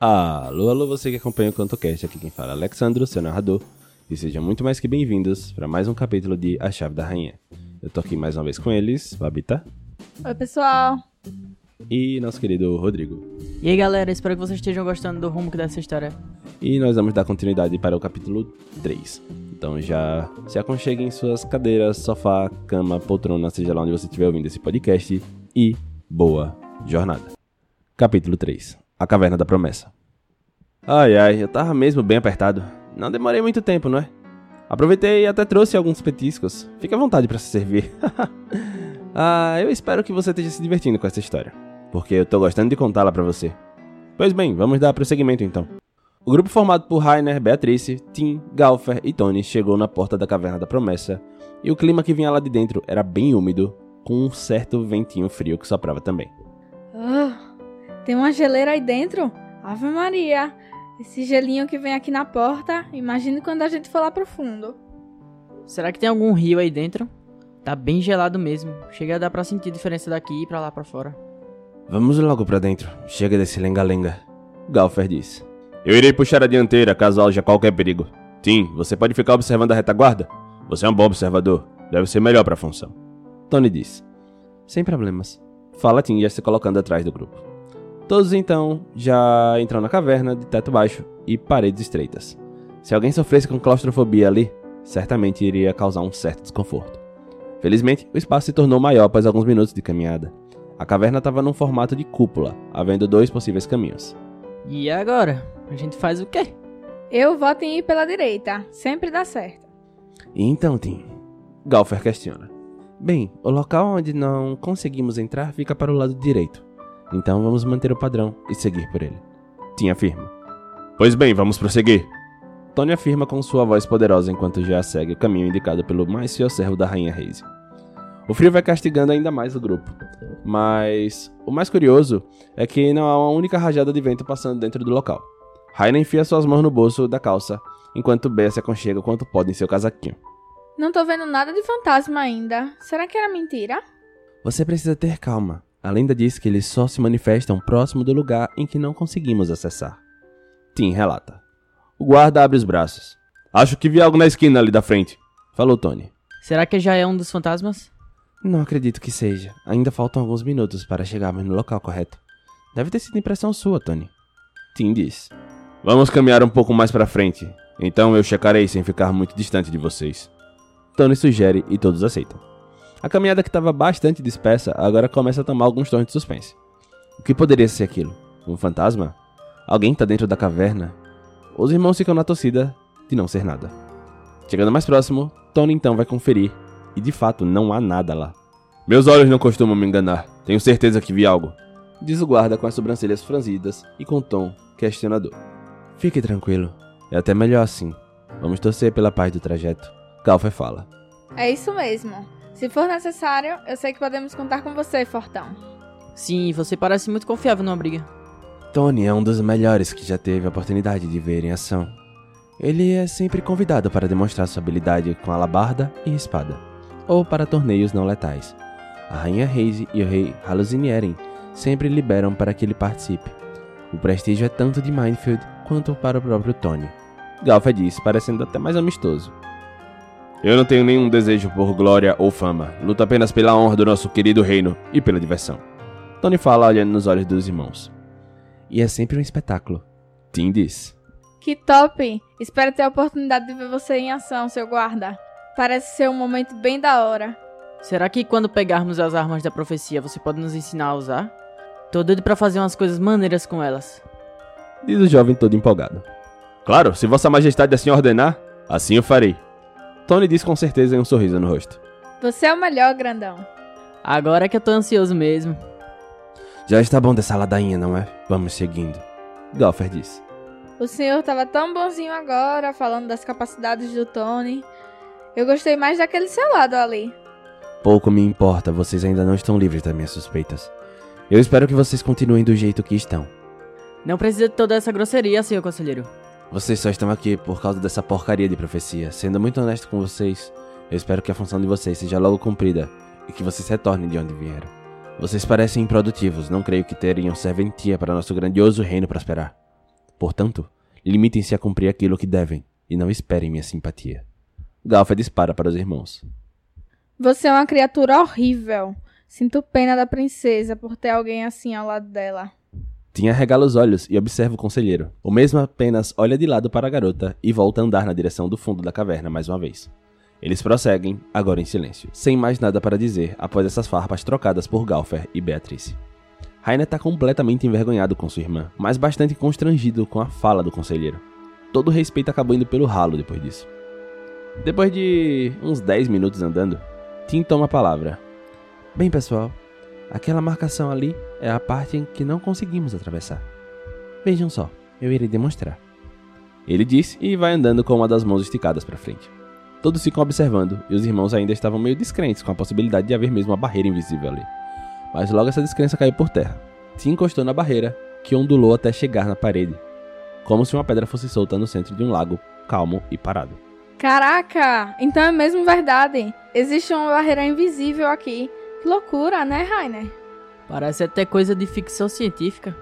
Alô, alô, você que acompanha o CantoCast, aqui quem fala é Alexandro, seu narrador, e sejam muito mais que bem-vindos para mais um capítulo de A Chave da Rainha. Eu tô aqui mais uma vez com eles, Babita. Oi, pessoal. E nosso querido Rodrigo. E aí, galera, espero que vocês estejam gostando do rumo que dessa história. E nós vamos dar continuidade para o capítulo 3. Então já se aconcheguem em suas cadeiras, sofá, cama, poltrona, seja lá onde você estiver ouvindo esse podcast, e boa jornada. Capítulo 3. A Caverna da Promessa. Ai, eu tava mesmo bem apertado. Não demorei muito tempo, não é? Aproveitei e até trouxe alguns petiscos. Fique à vontade pra se servir. Eu espero que você esteja se divertindo com essa história, porque eu tô gostando de contá-la pra você. Pois bem, vamos dar prosseguimento então. O grupo formado por Rainer, Beatrice, Tim, Galfer e Tony chegou na porta da Caverna da Promessa, e o clima que vinha lá de dentro era bem úmido, com um certo ventinho frio que soprava também. Tem uma geleira aí dentro? Ave Maria! Esse gelinho que vem aqui na porta, imagine quando a gente for lá pro fundo. Será que tem algum rio aí dentro? Tá bem gelado mesmo. Chega a dar pra sentir a diferença daqui e pra lá pra fora. Vamos logo pra dentro. Chega desse lenga-lenga. Galfer disse. Eu irei puxar a dianteira caso haja qualquer perigo. Tim, você pode ficar observando a retaguarda? Você é um bom observador. Deve ser melhor pra função. Tony disse. Sem problemas. Fala Tim, já se colocando atrás do grupo. Todos então já entram na caverna de teto baixo e paredes estreitas. Se alguém sofresse com claustrofobia ali, certamente iria causar um certo desconforto. Felizmente, o espaço se tornou maior após alguns minutos de caminhada. A caverna estava num formato de cúpula, havendo 2 possíveis caminhos. E agora? A gente faz o quê? Eu voto em ir pela direita. Sempre dá certo. E então, Tim? Galfer questiona. Bem, o local onde não conseguimos entrar fica para o lado direito. Então vamos manter o padrão e seguir por ele. Tim afirma. Pois bem, vamos prosseguir. Tony afirma com sua voz poderosa enquanto já segue o caminho indicado pelo mais fiel servo da Rainha Hayes. O frio vai castigando ainda mais o grupo. Mas o mais curioso é que não há uma única rajada de vento passando dentro do local. Raina enfia suas mãos no bolso da calça, enquanto Bea se aconchega quanto pode em seu casaquinho. Não tô vendo nada de fantasma ainda. Será que era mentira? Você precisa ter calma. A lenda diz que eles só se manifestam próximo do lugar em que não conseguimos acessar. Tim relata. O guarda abre os braços. Acho que vi algo na esquina ali da frente, falou Tony. Será que já é um dos fantasmas? Não acredito que seja. Ainda faltam alguns minutos para chegarmos no local correto. Deve ter sido impressão sua, Tony. Tim diz. Vamos caminhar um pouco mais para frente. Então eu checarei sem ficar muito distante de vocês. Tony sugere e todos aceitam. A caminhada que estava bastante dispersa agora começa a tomar alguns tons de suspense. O que poderia ser aquilo? Um fantasma? Alguém está dentro da caverna? Os irmãos ficam na torcida de não ser nada. Chegando mais próximo, Tony então vai conferir, e de fato não há nada lá. Meus olhos não costumam me enganar, tenho certeza que vi algo, diz o guarda com as sobrancelhas franzidas e com tom questionador. Fique tranquilo, é até melhor assim. Vamos torcer pela paz do trajeto. Galfer fala. É isso mesmo. Se for necessário, eu sei que podemos contar com você, Fortão. Sim, você parece muito confiável numa briga. Tony é um dos melhores que já teve a oportunidade de ver em ação. Ele é sempre convidado para demonstrar sua habilidade com alabarda e espada, ou para torneios não letais. A Rainha Hayes e o Rei Haluzinieren sempre liberam para que ele participe. O prestígio é tanto de Mindfield quanto para o próprio Tony. Galfer diz, parecendo até mais amistoso. Eu não tenho nenhum desejo por glória ou fama. Luto apenas pela honra do nosso querido reino e pela diversão. Tony fala olhando nos olhos dos irmãos. E é sempre um espetáculo. Tim diz. Que top! Espero ter a oportunidade de ver você em ação, seu guarda. Parece ser um momento bem da hora. Será que quando pegarmos as armas da profecia você pode nos ensinar a usar? Tô doido pra fazer umas coisas maneiras com elas. Diz o jovem todo empolgado. Claro, se vossa majestade assim ordenar, assim eu farei. Tony diz com certeza e um sorriso no rosto. Você é o melhor, grandão. Agora é que eu tô ansioso mesmo. Já está bom dessa ladainha, não é? Vamos seguindo. Galfer disse. O senhor tava tão bonzinho agora, falando das capacidades do Tony. Eu gostei mais daquele seu lado ali. Pouco me importa, vocês ainda não estão livres das minhas suspeitas. Eu espero que vocês continuem do jeito que estão. Não precisa de toda essa grosseria, senhor conselheiro. Vocês só estão aqui por causa dessa porcaria de profecia. Sendo muito honesto com vocês, eu espero que a função de vocês seja logo cumprida e que vocês retornem de onde vieram. Vocês parecem improdutivos, não creio que teriam serventia para nosso grandioso reino prosperar. Portanto, limitem-se a cumprir aquilo que devem e não esperem minha simpatia. Galfer dispara para os irmãos. Você é uma criatura horrível. Sinto pena da princesa por ter alguém assim ao lado dela. Tim arregala os olhos e observa o conselheiro. O mesmo apenas olha de lado para a garota e volta a andar na direção do fundo da caverna mais uma vez. Eles prosseguem, agora em silêncio, sem mais nada para dizer após essas farpas trocadas por Galfer e Beatrice. Rainer está completamente envergonhado com sua irmã, mas bastante constrangido com a fala do conselheiro. Todo o respeito acabou indo pelo ralo depois disso. Depois de uns 10 minutos andando, Tim toma a palavra. Bem, pessoal, aquela marcação ali é a parte em que não conseguimos atravessar. Vejam só, eu irei demonstrar. Ele disse e vai andando com uma das mãos esticadas para frente. Todos ficam observando e os irmãos ainda estavam meio descrentes com a possibilidade de haver mesmo uma barreira invisível ali. Mas logo essa descrença caiu por terra. Tim encostou na barreira, que ondulou até chegar na parede, como se uma pedra fosse solta no centro de um lago, calmo e parado. Caraca, então é mesmo verdade. Existe uma barreira invisível aqui. Que loucura, né, Rainer? Parece até coisa de ficção científica.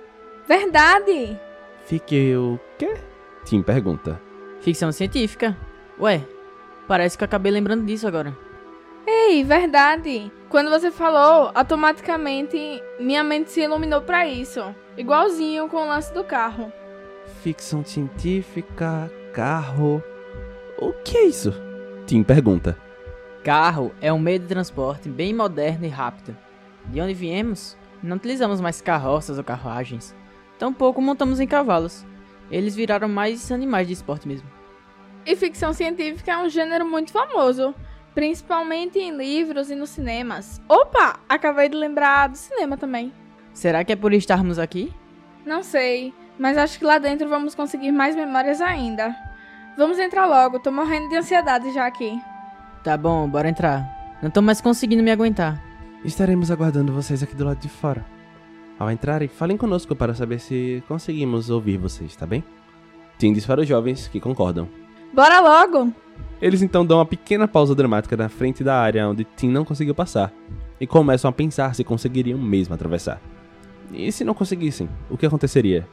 Verdade! Fique o quê? Tim pergunta. Ficção científica? Ué, parece que eu acabei lembrando disso agora. Ei, verdade. Quando você falou, automaticamente minha mente se iluminou pra isso. Igualzinho com o lance do carro. Ficção científica, carro... O que é isso? Tim pergunta. Carro é um meio de transporte bem moderno e rápido. De onde viemos, não utilizamos mais carroças ou carruagens. Tampouco montamos em cavalos. Eles viraram mais animais de esporte mesmo. E ficção científica é um gênero muito famoso, principalmente em livros e nos cinemas. Opa, acabei de lembrar do cinema também. Será que é por estarmos aqui? Não sei, mas acho que lá dentro vamos conseguir mais memórias ainda. Vamos entrar logo, tô morrendo de ansiedade já aqui. Tá bom, bora entrar. Não tô mais conseguindo me aguentar. Estaremos aguardando vocês aqui do lado de fora. Ao entrarem, falem conosco para saber se conseguimos ouvir vocês, tá bem? Tim diz para os jovens que concordam. Bora logo! Eles então dão uma pequena pausa dramática na frente da área onde Tim não conseguiu passar e começam a pensar se conseguiriam mesmo atravessar. E se não conseguissem, o que aconteceria?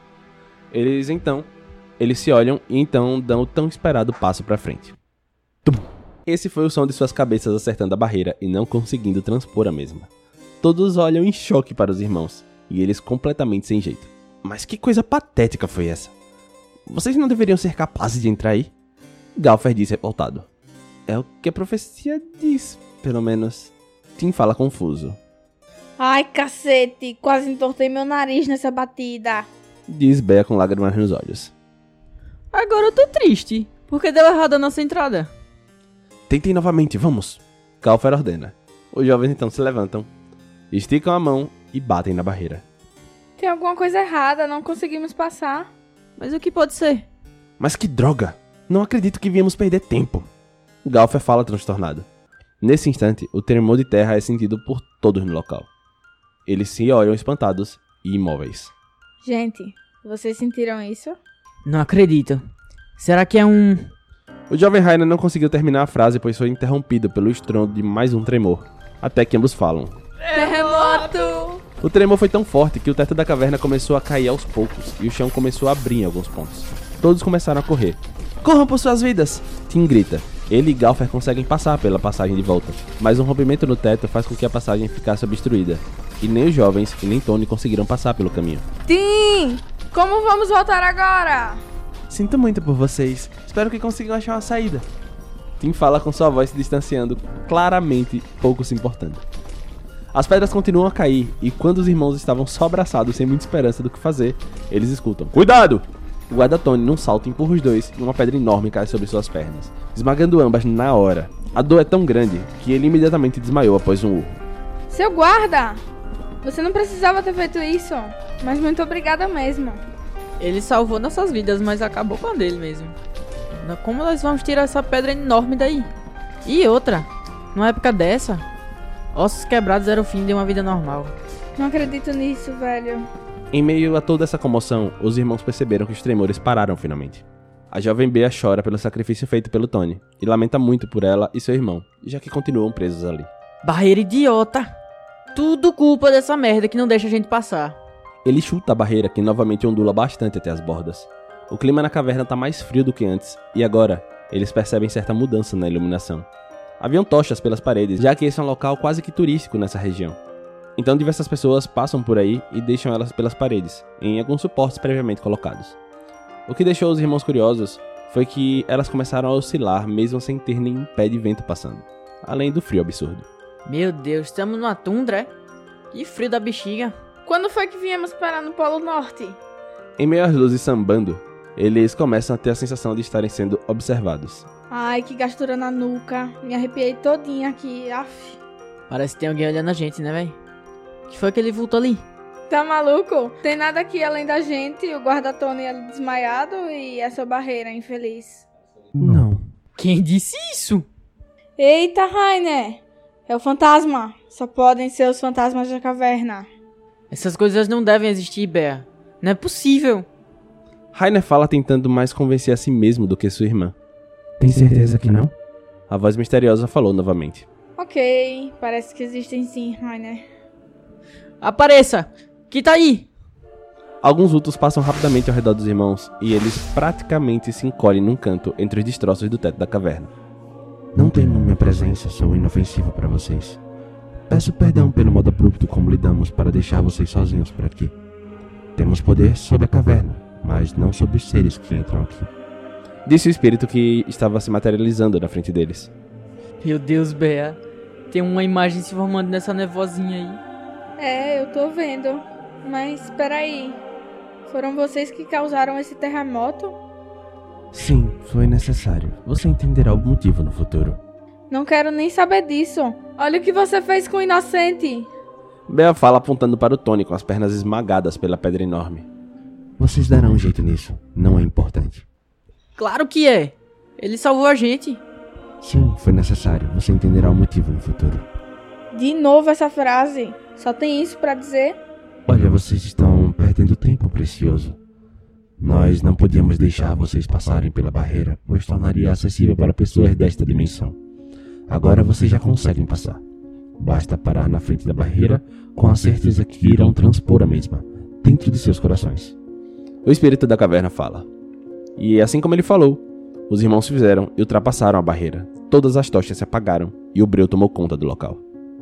Eles se olham e então dão o tão esperado passo para frente. Tum! Esse foi o som de suas cabeças acertando a barreira e não conseguindo transpor a mesma. Todos olham em choque para os irmãos, e eles completamente sem jeito. Mas que coisa patética foi essa? Vocês não deveriam ser capazes de entrar aí? Galfer diz revoltado. É o que a profecia diz, pelo menos. Tim fala confuso. Ai, cacete, quase entortei meu nariz nessa batida. Diz Bea com lágrimas nos olhos. Agora eu tô triste, porque deu errado a nossa entrada. Tentem novamente, vamos! Galfer ordena. Os jovens então se levantam, esticam a mão e batem na barreira. Tem alguma coisa errada, não conseguimos passar. Mas o que pode ser? Mas que droga! Não acredito que viemos perder tempo. Galfer fala transtornado. Nesse instante, o tremor de terra é sentido por todos no local. Eles se olham espantados e imóveis. Gente, vocês sentiram isso? Não acredito. Será que é um... O jovem Rainer não conseguiu terminar a frase, pois foi interrompido pelo estrondo de mais um tremor, até que ambos falam. Terremoto! O tremor foi tão forte que o teto da caverna começou a cair aos poucos e o chão começou a abrir em alguns pontos. Todos começaram a correr. Corram por suas vidas! Tim grita. Ele e Galfer conseguem passar pela passagem de volta, mas um rompimento no teto faz com que a passagem ficasse obstruída. E nem os jovens e nem Tony conseguiram passar pelo caminho. Tim! Como vamos voltar agora? Sinto muito por vocês. Espero que consigam achar uma saída. Tim fala com sua voz se distanciando, claramente pouco se importando. As pedras continuam a cair e quando os irmãos estavam só abraçados sem muita esperança do que fazer, eles escutam. Cuidado! O guarda Tony, num salto, empurra os dois e uma pedra enorme cai sobre suas pernas, esmagando ambas na hora. A dor é tão grande que ele imediatamente desmaiou após um urro. Seu guarda! Você não precisava ter feito isso, mas muito obrigada mesmo. Ele salvou nossas vidas, mas acabou com a dele mesmo. Como nós vamos tirar essa pedra enorme daí? E outra, numa época dessa, ossos quebrados era o fim de uma vida normal. Não acredito nisso, velho. Em meio a toda essa comoção, os irmãos perceberam que os tremores pararam finalmente. A jovem Bea chora pelo sacrifício feito pelo Tony e lamenta muito por ela e seu irmão, já que continuam presos ali. Barreira idiota! Tudo culpa dessa merda que não deixa a gente passar. Ele chuta a barreira, que novamente ondula bastante até as bordas. O clima na caverna tá mais frio do que antes, e agora eles percebem certa mudança na iluminação. Haviam tochas pelas paredes, já que esse é um local quase que turístico nessa região. Então diversas pessoas passam por aí e deixam elas pelas paredes, em alguns suportes previamente colocados. O que deixou os irmãos curiosos foi que elas começaram a oscilar mesmo sem ter nenhum pé de vento passando, além do frio absurdo. Meu Deus, estamos numa tundra, é? Que frio da bexiga. Quando foi que viemos parar no Polo Norte? Em meio às luzes sambando, eles começam a ter a sensação de estarem sendo observados. Ai, que gastura na nuca. Me arrepiei todinha aqui, af. Parece que tem alguém olhando a gente, né, véi? Que foi aquele vulto ali? Tá maluco? Tem nada aqui além da gente, o guarda-Tony ali desmaiado e essa barreira infeliz. Não. Quem disse isso? Eita, Rainer! É o fantasma. Só podem ser os fantasmas da caverna. Essas coisas não devem existir, Bea. Não é possível. Rainer fala tentando mais convencer a si mesmo do que sua irmã. Tem certeza que não? A voz misteriosa falou novamente. Ok, parece que existem sim, Rainer. Apareça! Que tá aí? Alguns vultos passam rapidamente ao redor dos irmãos e eles praticamente se encolhem num canto entre os destroços do teto da caverna. Não temo minha presença, sou inofensivo para vocês. Peço perdão pelo modo abrupto como lidamos para deixar vocês sozinhos por aqui. Temos poder sobre a caverna, mas não sobre os seres que entram aqui. Disse o espírito que estava se materializando na frente deles. Meu Deus, Bea. Tem uma imagem se formando nessa nevozinha aí. É, eu tô vendo. Mas, peraí. Foram vocês que causaram esse terremoto? Sim, foi necessário. Você entenderá o motivo no futuro. Não quero nem saber disso. Olha o que você fez com o inocente. Bea fala apontando para o Tony com as pernas esmagadas pela pedra enorme. Vocês darão um jeito nisso. Não é importante. Claro que é. Ele salvou a gente. Sim, foi necessário. Você entenderá o motivo no futuro. De novo essa frase. Só tem isso pra dizer? Olha, vocês estão perdendo tempo precioso. Nós não podíamos deixar vocês passarem pela barreira, pois tornaria acessível para pessoas desta dimensão. Agora vocês já conseguem passar. Basta parar na frente da barreira com a certeza que irão transpor a mesma, dentro de seus corações. O espírito da caverna fala. E assim como ele falou, os irmãos fizeram e ultrapassaram a barreira. Todas as tochas se apagaram e o breu tomou conta do local.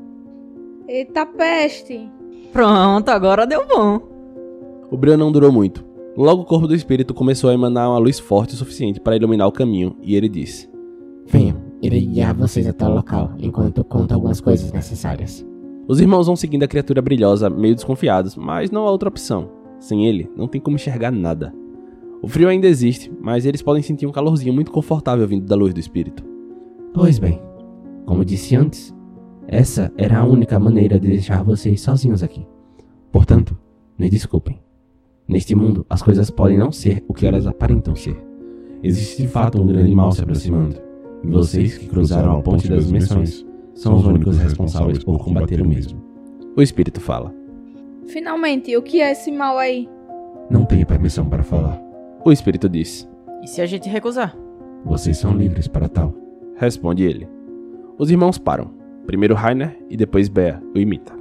Eita peste! Pronto, agora deu bom. O breu não durou muito. Logo o corpo do espírito começou a emanar uma luz forte o suficiente para iluminar o caminho e ele disse: Venham, irei guiar vocês até o local, enquanto eu conto algumas coisas necessárias. Os irmãos vão seguindo a criatura brilhosa, meio desconfiados, mas não há outra opção. Sem ele, não tem como enxergar nada. O frio ainda existe, mas eles podem sentir um calorzinho muito confortável vindo da luz do espírito. Pois bem, como disse antes, essa era a única maneira de deixar vocês sozinhos aqui. Portanto, me desculpem. Neste mundo, as coisas podem não ser o que elas aparentam ser. Existe de fato um grande mal se aproximando, e vocês que cruzaram a ponte das dimensões são os únicos responsáveis por combater o mesmo. O espírito fala. Finalmente, o que é esse mal aí? Não tenho permissão para falar. O espírito diz. E se a gente recusar? Vocês são livres para tal. Responde ele. Os irmãos param. Primeiro Rainer e depois Bea o imita.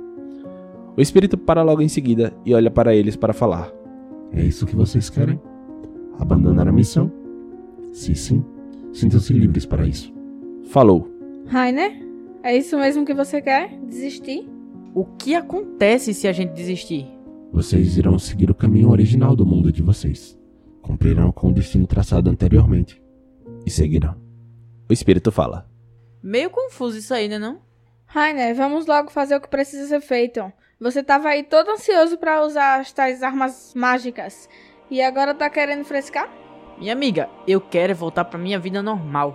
O espírito para logo em seguida e olha para eles para falar. É isso que vocês querem? Abandonar a missão? Se sim, sintam-se livres para isso. Falou. Rainer, é isso mesmo que você quer? Desistir? O que acontece se a gente desistir? Vocês irão seguir o caminho original do mundo de vocês. Cumprirão com o destino traçado anteriormente. E seguirão. O espírito fala. Meio confuso isso aí, né não? Rainer, vamos logo fazer o que precisa ser feito. Você tava aí todo ansioso pra usar as tais armas mágicas. E agora tá querendo frescar? Minha amiga, eu quero voltar pra minha vida normal.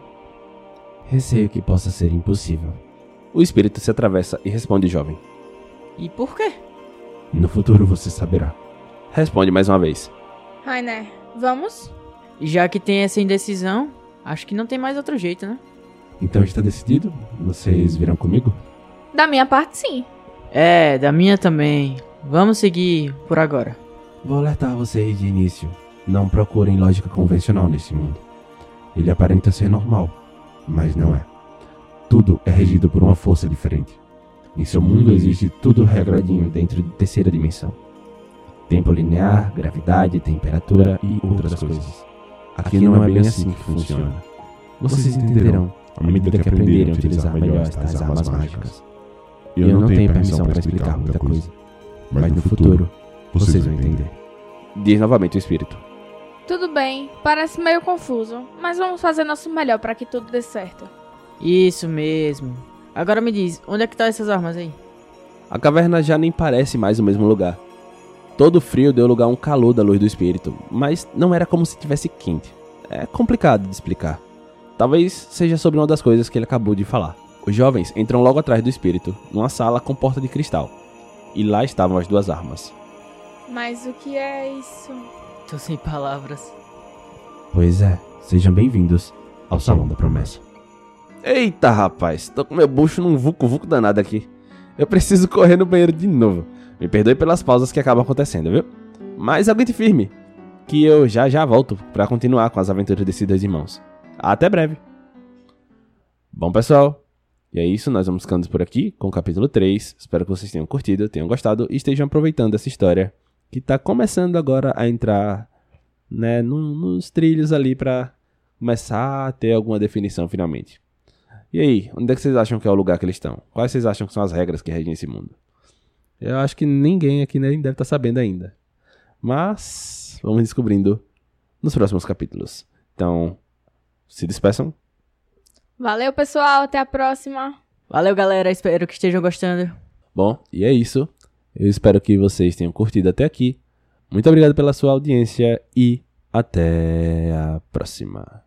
Receio que possa ser impossível. O espírito se atravessa e responde jovem. E por quê? No futuro você saberá. Responde mais uma vez. Rainer, vamos? E já que tem essa indecisão, acho que não tem mais outro jeito, né? Então está decidido? Vocês virão comigo? Da minha parte, sim. É, da minha também. Vamos seguir por agora. Vou alertar vocês de início. Não procurem lógica convencional nesse mundo. Ele aparenta ser normal, mas não é. Tudo é regido por uma força diferente. Em seu mundo existe tudo regradinho dentro de terceira dimensão. Tempo linear, gravidade, temperatura e outras coisas. Aqui não é bem assim que funciona. Vocês entenderão à medida que aprenderem a utilizar melhor estas armas mágicas. Eu não tenho permissão para explicar muita coisa, mas no futuro vocês vão entender. Diz novamente o espírito. Tudo bem, parece meio confuso, mas vamos fazer nosso melhor para que tudo dê certo. Isso mesmo. Agora me diz, onde é que tá essas armas aí? A caverna já nem parece mais o mesmo lugar. Todo o frio deu lugar a um calor da luz do espírito, mas não era como se estivesse quente. É complicado de explicar. Talvez seja sobre uma das coisas que ele acabou de falar. Os jovens entram logo atrás do espírito, numa sala com porta de cristal. E lá estavam as duas armas. Mas o que é isso? Tô sem palavras. Pois é, sejam bem-vindos ao Salão da Promessa. Eita, rapaz, tô com meu bucho num vucu-vucu danado aqui. Eu preciso correr no banheiro de novo. Me perdoe pelas pausas que acabam acontecendo, viu? Mas aguente firme, que eu já volto pra continuar com as aventuras desses dois irmãos. Até breve. Bom, pessoal, e é isso, nós vamos ficando por aqui com o capítulo 3. Espero que vocês tenham curtido, tenham gostado e estejam aproveitando essa história que tá começando agora a entrar, né, nos trilhos ali pra começar a ter alguma definição finalmente. E aí, onde é que vocês acham que é o lugar que eles estão? Quais vocês acham que são as regras que regem esse mundo? Eu acho que ninguém aqui nem deve estar sabendo ainda. Mas vamos descobrindo nos próximos capítulos. Então, se despeçam. Valeu, pessoal, até a próxima. Valeu, galera. Espero que estejam gostando. Bom, e é isso. Eu espero que vocês tenham curtido até aqui. Muito obrigado pela sua audiência e até a próxima.